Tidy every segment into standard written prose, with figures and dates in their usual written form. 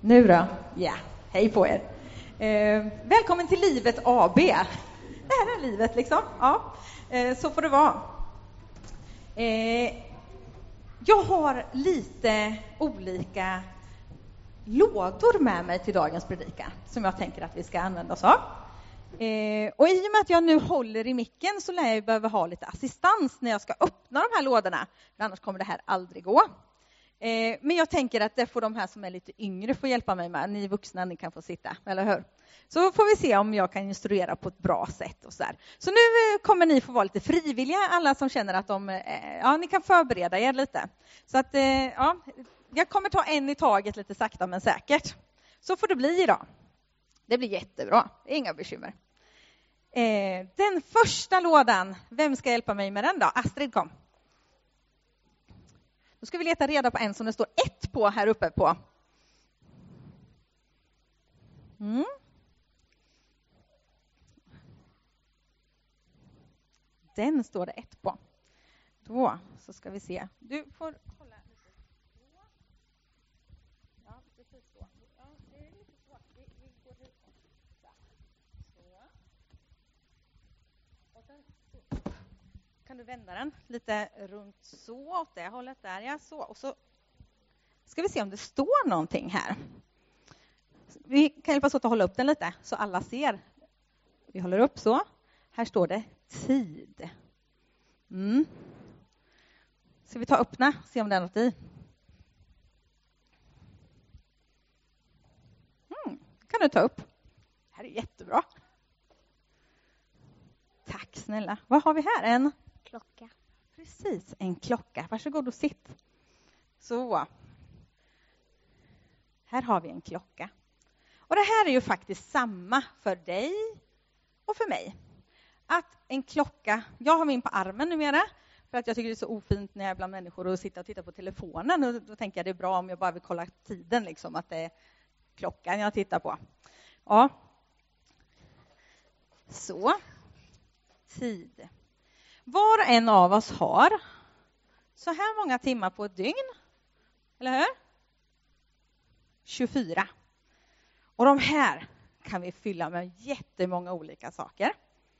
Nu då? Ja, hej på er. Välkommen till Livet AB. Det här är livet liksom. Ja, så får det vara. Jag har lite olika lådor med mig till dagens predikan som jag tänker att vi ska använda oss av. Och i och med att jag nu håller i micken så lär jag behöva ha lite assistans när jag ska öppna de här lådorna. För annars kommer det här aldrig gå. Men jag tänker att det får de här som är lite yngre få hjälpa mig med. Ni vuxna, ni kan få sitta, eller hur? Så får vi se om jag kan instruera på ett bra sätt och så där. Så nu kommer ni få vara lite frivilliga, alla som känner att ni kan förbereda er lite. Så att, jag kommer ta en i taget lite sakta men säkert. Så får det bli idag. Det blir jättebra, inga bekymmer. Den första lådan, vem ska hjälpa mig med den då? Astrid, kom. Då ska vi leta reda på en som det står 1 på här uppe på. Den står det 1 på. Då så ska vi se. Du får hålla lite så. Ja, precis så. Ja, det är lite svårt. Vi går hit. Så. Och sen så. Kan du vända den lite runt så åt det hållet där, ja, så. Och så ska vi se om det står någonting här. Vi kan hjälpas åt att hålla upp den lite så alla ser. Vi håller upp så. Här står det tid. Ska vi ta öppna, se om det är något i. Kan du ta upp. Det här är jättebra. Tack snälla. Vad har vi här? En klocka. Precis, en klocka. Varsågod och sitt. Så. Här har vi en klocka. Och det här är ju faktiskt samma för dig och för mig. Att en klocka, jag har min på armen numera. För att jag tycker det är så ofint när jag är bland människor och sitter och tittar på telefonen. Och då tänker jag det är bra om jag bara vill kolla tiden. Liksom, att det är klockan jag tittar på. Ja. Så. Tid. Var och en av oss har så här många timmar på ett dygn. Eller hur? 24. Och de här kan vi fylla med jättemånga olika saker.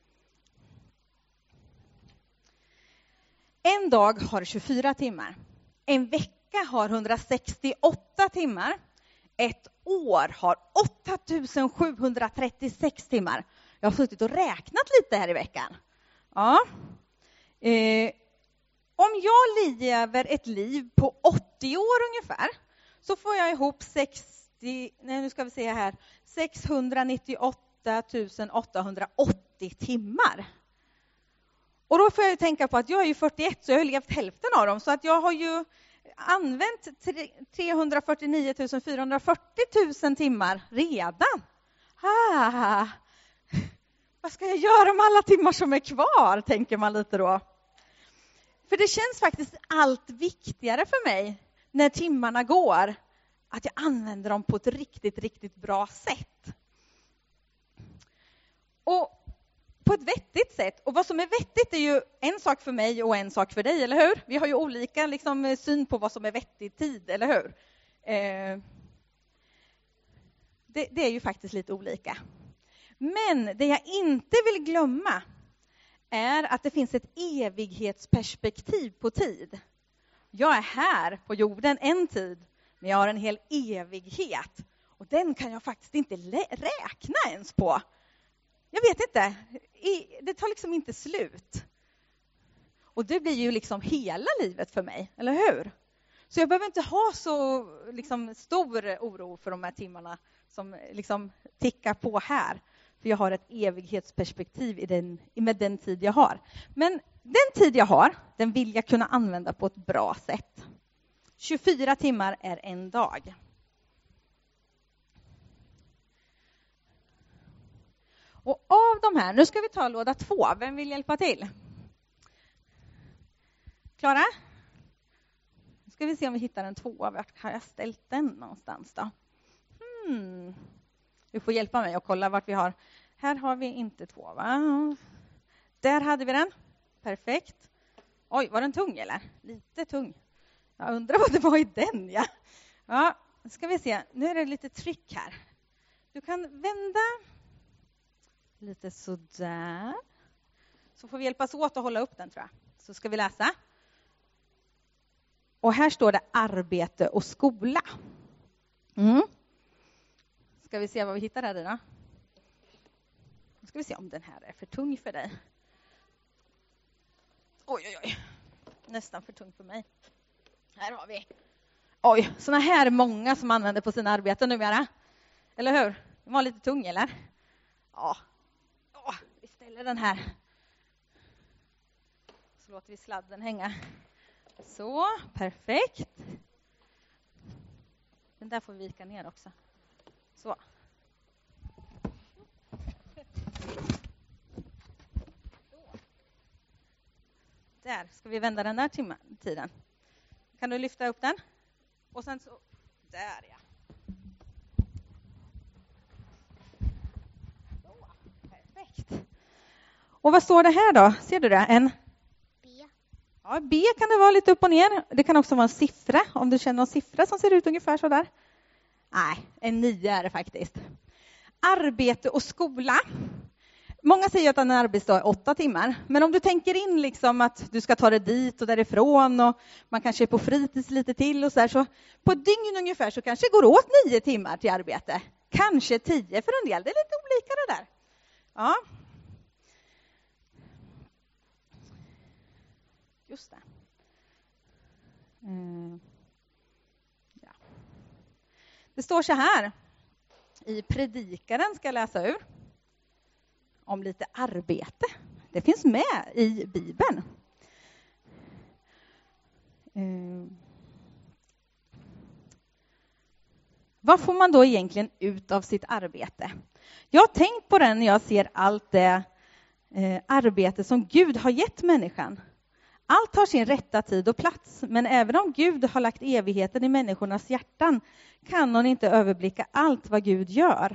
En dag har 24 timmar. En vecka har 168 timmar. Ett år har 8736 timmar. Jag har suttit och räknat lite här i veckan. Ja. Om jag lever ett liv på 80 år ungefär så får jag ihop 698 880 timmar. Och då får jag ju tänka på att jag är ju 41 så jag har levt hälften av dem. Så att jag har ju använt 349 440 000 timmar redan. Vad ska jag göra med alla timmar som är kvar, tänker man lite då. För det känns faktiskt allt viktigare för mig när timmarna går att jag använder dem på ett riktigt, riktigt bra sätt. Och på ett vettigt sätt. Och vad som är vettigt är ju en sak för mig och en sak för dig, eller hur? Vi har ju olika syn på vad som är vettig tid, eller hur? Det är ju faktiskt lite olika. Men det jag inte vill glömma är att det finns ett evighetsperspektiv på tid. Jag är här på jorden en tid, men jag har en hel evighet. Och den kan jag faktiskt inte räkna ens på. Jag vet inte. Det tar liksom inte slut. Och det blir ju hela livet för mig, eller hur? Så jag behöver inte ha så stor oro för de här timmarna som tickar på här. För jag har ett evighetsperspektiv med den tid jag har. Men den tid jag har, den vill jag kunna använda på ett bra sätt. 24 timmar är en dag. Och av de här, nu ska vi ta låda 2. Vem vill hjälpa till? Klara? Nu ska vi se om vi hittar en 2. Vart har jag ställt den någonstans då? Du får hjälpa mig och kolla vart vi har. Här har vi inte 2, va? Där hade vi den. Perfekt. Oj, var den tung eller? Lite tung. Jag undrar vad det var i den, ja. ska vi se. Nu är det lite tryck här. Du kan vända lite sådär. Så får vi hjälpas åt att hålla upp den, tror jag. Så ska vi läsa. Och här står det arbete och skola. Ska vi se vad vi hittar här i då? Nu ska vi se om den här är för tung för dig. Oj. Nästan för tung för mig. Här har vi. Oj, såna här många som använder på sina arbeten numera. Eller hur? Den var lite tung, eller? Ja. Vi ställer den här. Så låter vi sladden hänga. Så, perfekt. Den där får vi vika ner också. Så. Där, ska vi vända den där tiden. Kan du lyfta upp den? Och sen så, där ja. Så, perfekt. Och vad står det här då? Ser du det? En B. Ja, B kan det vara lite upp och ner. Det kan också vara en siffra, om du känner en siffra som ser ut ungefär så där. Nej, en 9 är det faktiskt. Arbete och skola. Många säger att en arbetsdag är 8 timmar. Men om du tänker in liksom att du ska ta dig dit och därifrån och man kanske är på fritids lite till och så där, så på ett dygn ungefär så kanske det går åt 9 timmar till arbete. Kanske 10 för en del. Det är lite olika det där. Ja. Just det. Ja. Det står så här. I predikaren ska jag läsa ur. Om lite arbete. Det finns med i Bibeln. Vad får man då egentligen ut av sitt arbete? Jag har tänkt på det när jag ser allt det arbete som Gud har gett människan. Allt har sin rätta tid och plats, men även om Gud har lagt evigheten i människornas hjärtan kan hon inte överblicka allt vad Gud gör.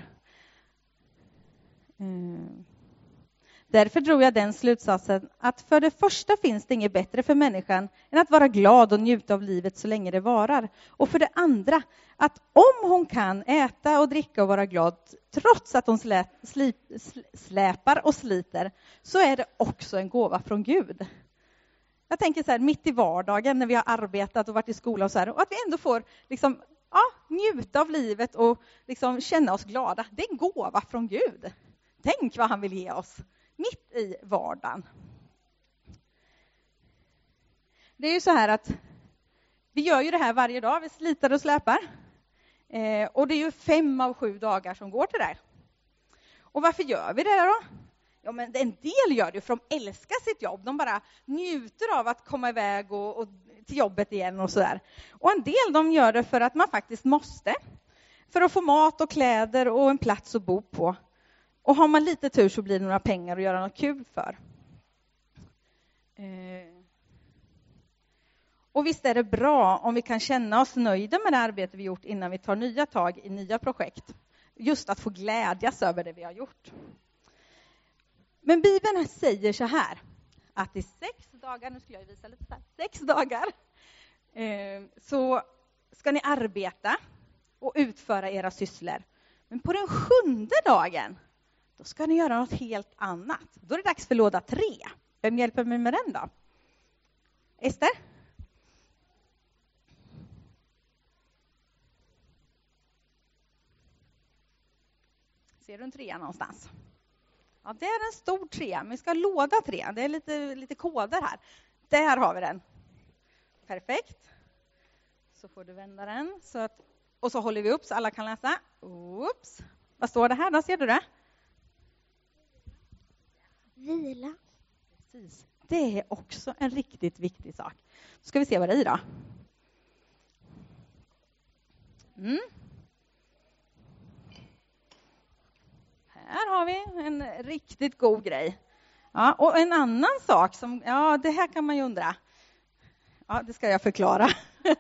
Därför drog jag den slutsatsen att för det första finns det inget bättre för människan än att vara glad och njuta av livet så länge det varar. Och för det andra, att om hon kan äta och dricka och vara glad trots att hon släpar och sliter, så är det också en gåva från Gud. Jag tänker så här, mitt i vardagen när vi har arbetat och varit i skolan och så här, och att vi ändå får liksom, njuta av livet och liksom känna oss glada. Det är en gåva från Gud. Tänk vad han vill ge oss mitt i vardagen. Det är ju så här att vi gör ju det här varje dag. Vi sliter och släpar. Och det är ju 5 av 7 dagar som går till det. Och varför gör vi det då? Ja, men en del gör det för de älskar sitt jobb. De bara njuter av att komma iväg och till jobbet igen och sådär. Och en del de gör det för att man faktiskt måste. För att få mat och kläder och en plats att bo på. Och har man lite tur så blir det några pengar att göra något kul för. Och visst är det bra om vi kan känna oss nöjda med det arbete vi gjort innan vi tar nya tag i nya projekt. Just att få glädjas över det vi har gjort. Men Bibeln säger så här, att i 6 dagar, nu skulle jag visa lite så här, 6 dagar, så ska ni arbeta och utföra era sysslor. Men på den 7:e dagen, då ska ni göra något helt annat. Då är det dags för låda 3. Vem hjälper mig med den då? Ester? Ser du en 3 någonstans? Ja, det är en stor 3. Men vi ska ha låda 3. Det är lite koder här. Där har vi den. Perfekt. Så får du vända den. Och så håller vi upp så alla kan läsa. Oops. Vad står det här då? Ser du det? Vila. Precis. Det är också en riktigt viktig sak. Då ska vi se vad det är i då. Här har vi en riktigt god grej. Ja, och en annan sak som, det här kan man ju undra. Ja, det ska jag förklara.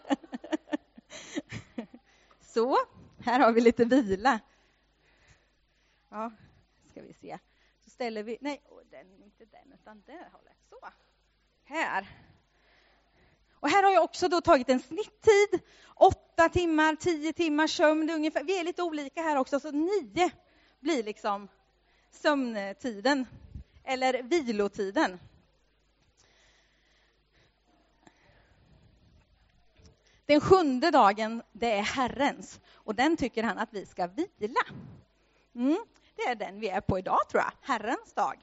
Så, här har vi lite vila. Ja, ska vi se. Så ställer vi, inte den utan det hållet. Så, här. Och här har jag också då tagit en snitttid. 8 timmar, 10 timmar sömn ungefär. Vi är lite olika här också, så 9 blir liksom sömntiden. Eller vilotiden. Den 7:e dagen, det är Herrens. Och den tycker han att vi ska vila. Det är den vi är på idag, tror jag. Herrens dag.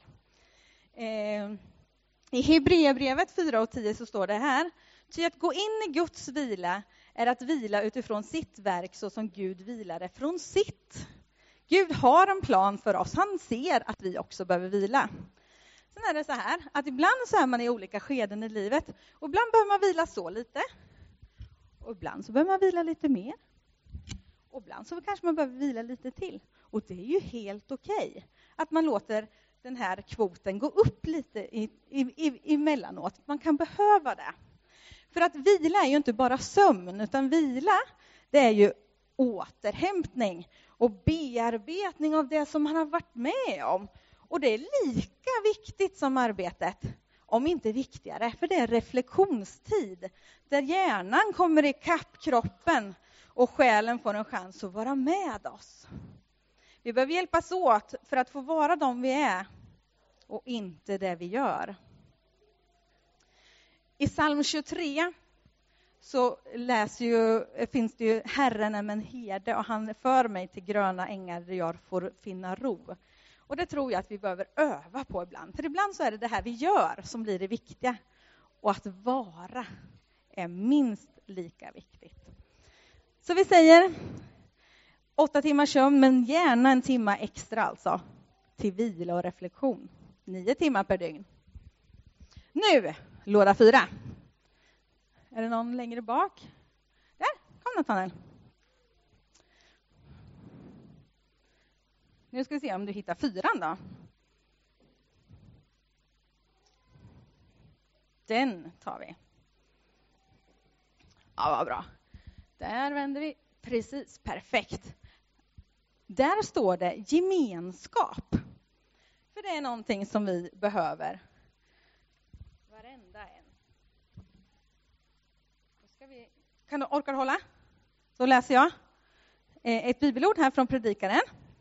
I Hebreerbrevet 4:10 så står det här: ty att gå in i Guds vila är att vila utifrån sitt verk så som Gud vilade från sitt. Gud har en plan för oss. Han ser att vi också behöver vila. Sen är det så här att ibland så är man i olika skeden i livet. Och ibland behöver man vila så lite. Och ibland så behöver man vila lite mer. Och ibland så kanske man behöver vila lite till. Och det är ju helt okej att man låter den här kvoten gå upp lite emellanåt. Man kan behöva det. För att vila är ju inte bara sömn, utan vila, det är ju återhämtning och bearbetning av det som man har varit med om. Och det är lika viktigt som arbetet, om inte viktigare, för det är reflektionstid där hjärnan kommer ikapp kroppen och själen får en chans att vara med oss. Vi behöver hjälpas åt för att få vara de vi är och inte det vi gör. I psalm 23 så finns det ju Herren är en herde och han för mig till gröna ängar där jag får finna ro. Och det tror jag att vi behöver öva på ibland. För ibland så är det här vi gör som blir det viktiga. Och att vara är minst lika viktigt. Så vi säger 8 timmar sömn, men gärna en timma extra alltså. Till vila och reflektion. 9 timmar per dygn. Nu, låda 4. Är det någon längre bak? Där, kom Nathanael. Nu ska vi se om du hittar 4 då. Den tar vi. Ja, vad bra. Där vänder vi. Precis, perfekt. Där står det gemenskap. För det är någonting som vi behöver. Varenda en. Kan du orka hålla? Så läser jag ett bibelord här från predikaren.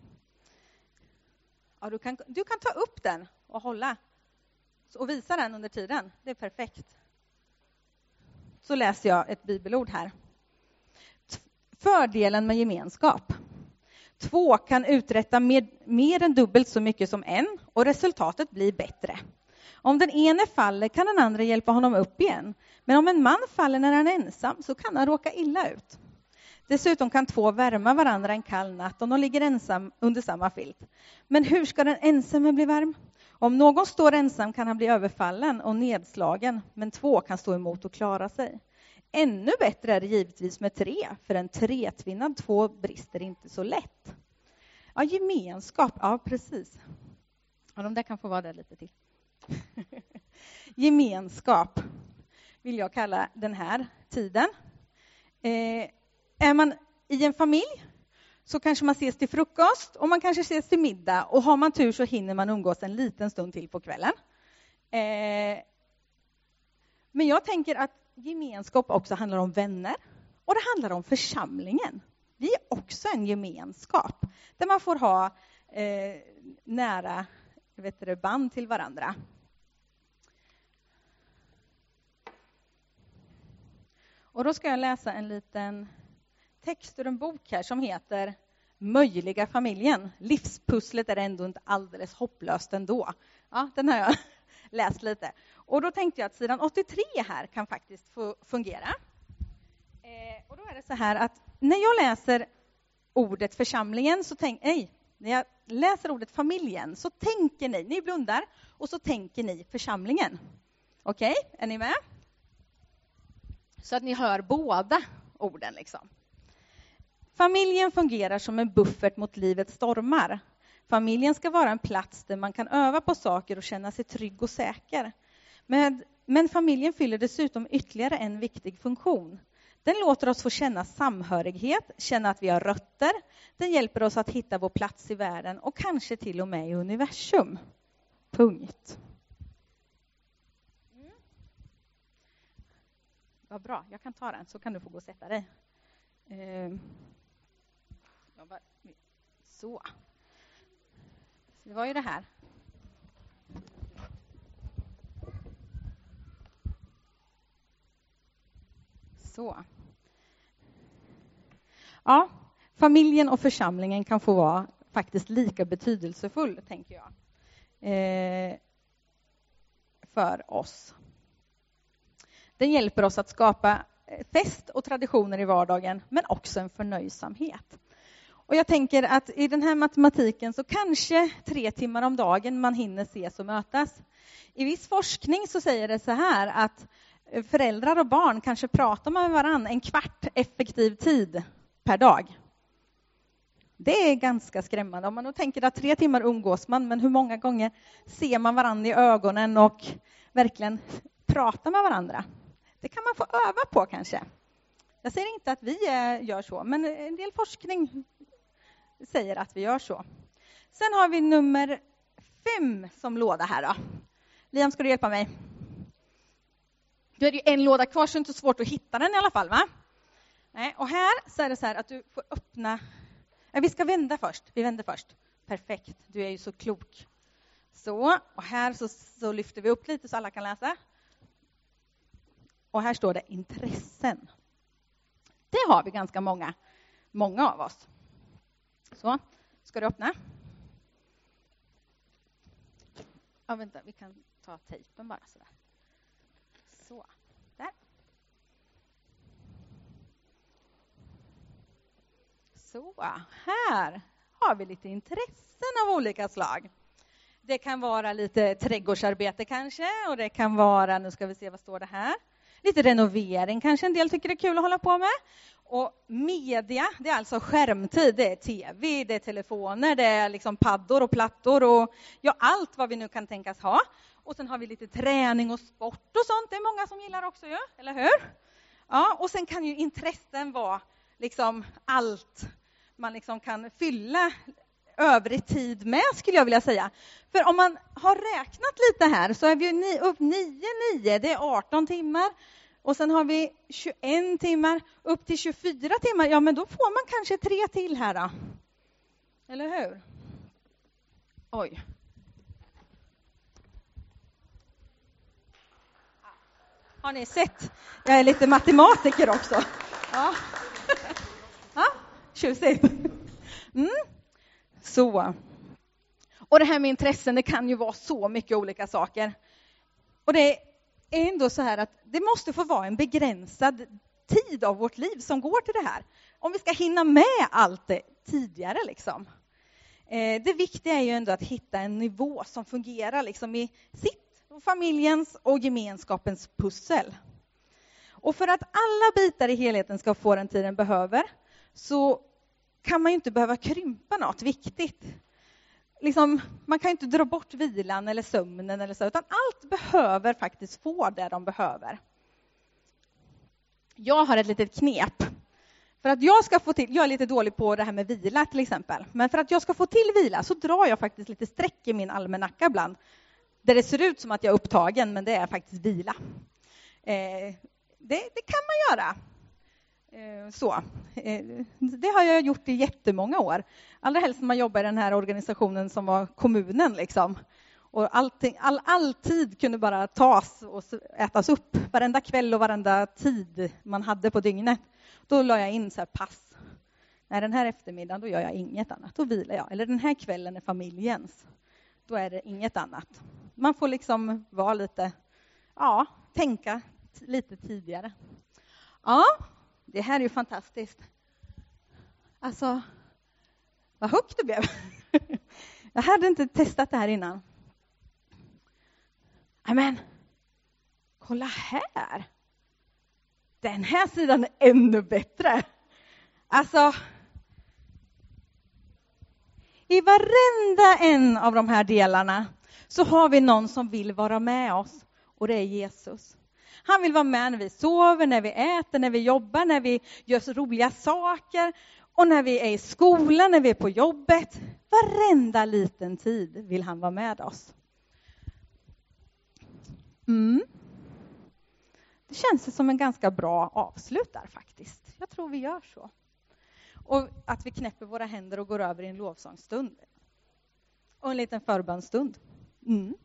Ja, du kan ta upp den och hålla och visa den under tiden. Det är perfekt. Så läser jag ett bibelord här. Fördelen med gemenskap. 2 kan uträtta mer än dubbelt så mycket som en och resultatet blir bättre. Om den ene faller kan den andra hjälpa honom upp igen. Men om en man faller när han är ensam så kan han råka illa ut. Dessutom kan 2 värma varandra en kall natt om de ligger ensam under samma filt. Men hur ska den ensamme bli varm? Om någon står ensam kan han bli överfallen och nedslagen, men 2 kan stå emot och klara sig. Ännu bättre är det givetvis med 3, för en 3-tvinnad 2 brister inte så lätt. Ja, gemenskap, ja precis. Ja, de där kan få vara där lite till. Gemenskap vill jag kalla den här tiden. Är man i en familj så kanske man ses till frukost och man kanske ses till middag. Och har man tur så hinner man umgås en liten stund till på kvällen. Men jag tänker att gemenskap också handlar om vänner. Och det handlar om församlingen. Vi är också en gemenskap där man får ha nära band till varandra. Och då ska jag läsa en liten text ur en bok här som heter Möjliga familjen. Livspusslet är ändå inte alldeles hopplöst ändå. Ja, den har jag läst lite. Och då tänkte jag att sidan 83 här kan faktiskt få fungera. Och då är det så här att när jag läser ordet församlingen när jag läser ordet familjen så tänker ni blundar och så tänker ni församlingen. Okej, är ni med? Så att ni hör båda orden liksom. Familjen fungerar som en buffert mot livets stormar. Familjen ska vara en plats där man kan öva på saker och känna sig trygg och säker. Men familjen fyller dessutom ytterligare en viktig funktion. Den låter oss få känna samhörighet, känna att vi har rötter. Den hjälper oss att hitta vår plats i världen och kanske till och med i universum. Punkt. Vad bra, jag kan ta den så kan du få gå och sätta dig. Så det var ju det här. Så. Ja, familjen och församlingen kan få vara faktiskt lika betydelsefull, tänker jag, för oss. Den hjälper oss att skapa fest och traditioner i vardagen, men också en förnöjsamhet. Och jag tänker att i den här matematiken så kanske 3 timmar om dagen man hinner ses och mötas. I viss forskning så säger det så här att föräldrar och barn kanske pratar med varann 1/4 effektiv tid per dag. Det är ganska skrämmande. Om man då tänker att 3 timmar umgås man, men hur många gånger ser man varandra i ögonen och verkligen pratar med varandra? Det kan man få öva på kanske. Jag säger inte att vi gör så, men en del forskning säger att vi gör så. Sen har vi nummer 5 som låda här då. Liam, ska du hjälpa mig? Då är det ju en låda kvar, så det är inte så svårt att hitta den i alla fall, va? Nej, och här så är det så här att du får öppna. Vi ska vända först. Vi vänder först. Perfekt, du är ju så klok. Så, och här så lyfter vi upp lite så alla kan läsa. Och här står det intressen. Det har vi ganska många av oss. Så, ska du öppna? Ja, vänta, vi kan ta tejpen bara sådär. Så, där. Så, här har vi lite intressen av olika slag. Det kan vara lite trädgårdsarbete kanske, och det kan vara, nu ska vi se vad står det här. Lite renovering kanske en del tycker det är kul att hålla på med. Och media, det är alltså skärmtid, det är tv, det är telefoner, det är liksom paddor och plattor och ja, allt vad vi nu kan tänkas ha. Och sen har vi lite träning och sport och sånt, det är många som gillar också ju, eller hur? Ja, och sen kan ju intressen vara liksom allt man liksom kan fylla övrig tid med, skulle jag vilja säga. För om man har räknat lite här så är vi ju upp 9, det är 18 timmar. Och sen har vi 21 timmar, upp till 24 timmar. Ja, men då får man kanske 3 till här då. Eller hur? Oj. Har ni sett? Jag är lite matematiker också. Ja. Ja, tjusigt. Så. Och det här med intressen, det kan ju vara så mycket olika saker. Och det är ändå så här att det måste få vara en begränsad tid av vårt liv som går till det här. Om vi ska hinna med allt det tidigare liksom. Det viktiga är ju ändå att hitta en nivå som fungerar liksom i sitt, familjens och gemenskapens pussel. Och för att alla bitar i helheten ska få den tiden behöver så kan man ju inte behöva krympa något viktigt. Liksom, man kan inte dra bort vilan eller sömnen eller så, utan allt behöver faktiskt få det de behöver. Jag har ett litet knep. För att jag ska få till, jag är lite dålig på det här med vila till exempel, men för att jag ska få till vila så drar jag faktiskt lite streck i min almanacka ibland. Där det ser ut som att jag är upptagen, men det är faktiskt vila. Det kan man göra. Så. Det har jag gjort i jättemånga år. Allra helst när man jobbar i den här organisationen som var kommunen. Liksom. Och all tid kunde bara tas och ätas upp. Varenda kväll och varenda tid man hade på dygnet. Då la jag in så här pass. Nej, den här eftermiddagen då gör jag inget annat. Då vilar jag. Eller den här kvällen är familjens. Då är det inget annat. Man får liksom vara lite, ja, tänka lite tidigare. Ja, det här är ju fantastiskt. Alltså, vad högt det blev. Jag hade inte testat det här innan. Men, kolla här. Den här sidan är ännu bättre. Alltså, i varenda en av de här delarna så har vi någon som vill vara med oss. Och det är Jesus. Han vill vara med när vi sover, när vi äter, när vi jobbar, när vi gör så roliga saker. Och när vi är i skolan, när vi är på jobbet. Varenda liten tid vill han vara med oss. Det känns som en ganska bra avslut där faktiskt. Jag tror vi gör så. Och att vi knäpper våra händer och går över i en lovsångsstund. Och en liten förbönstund.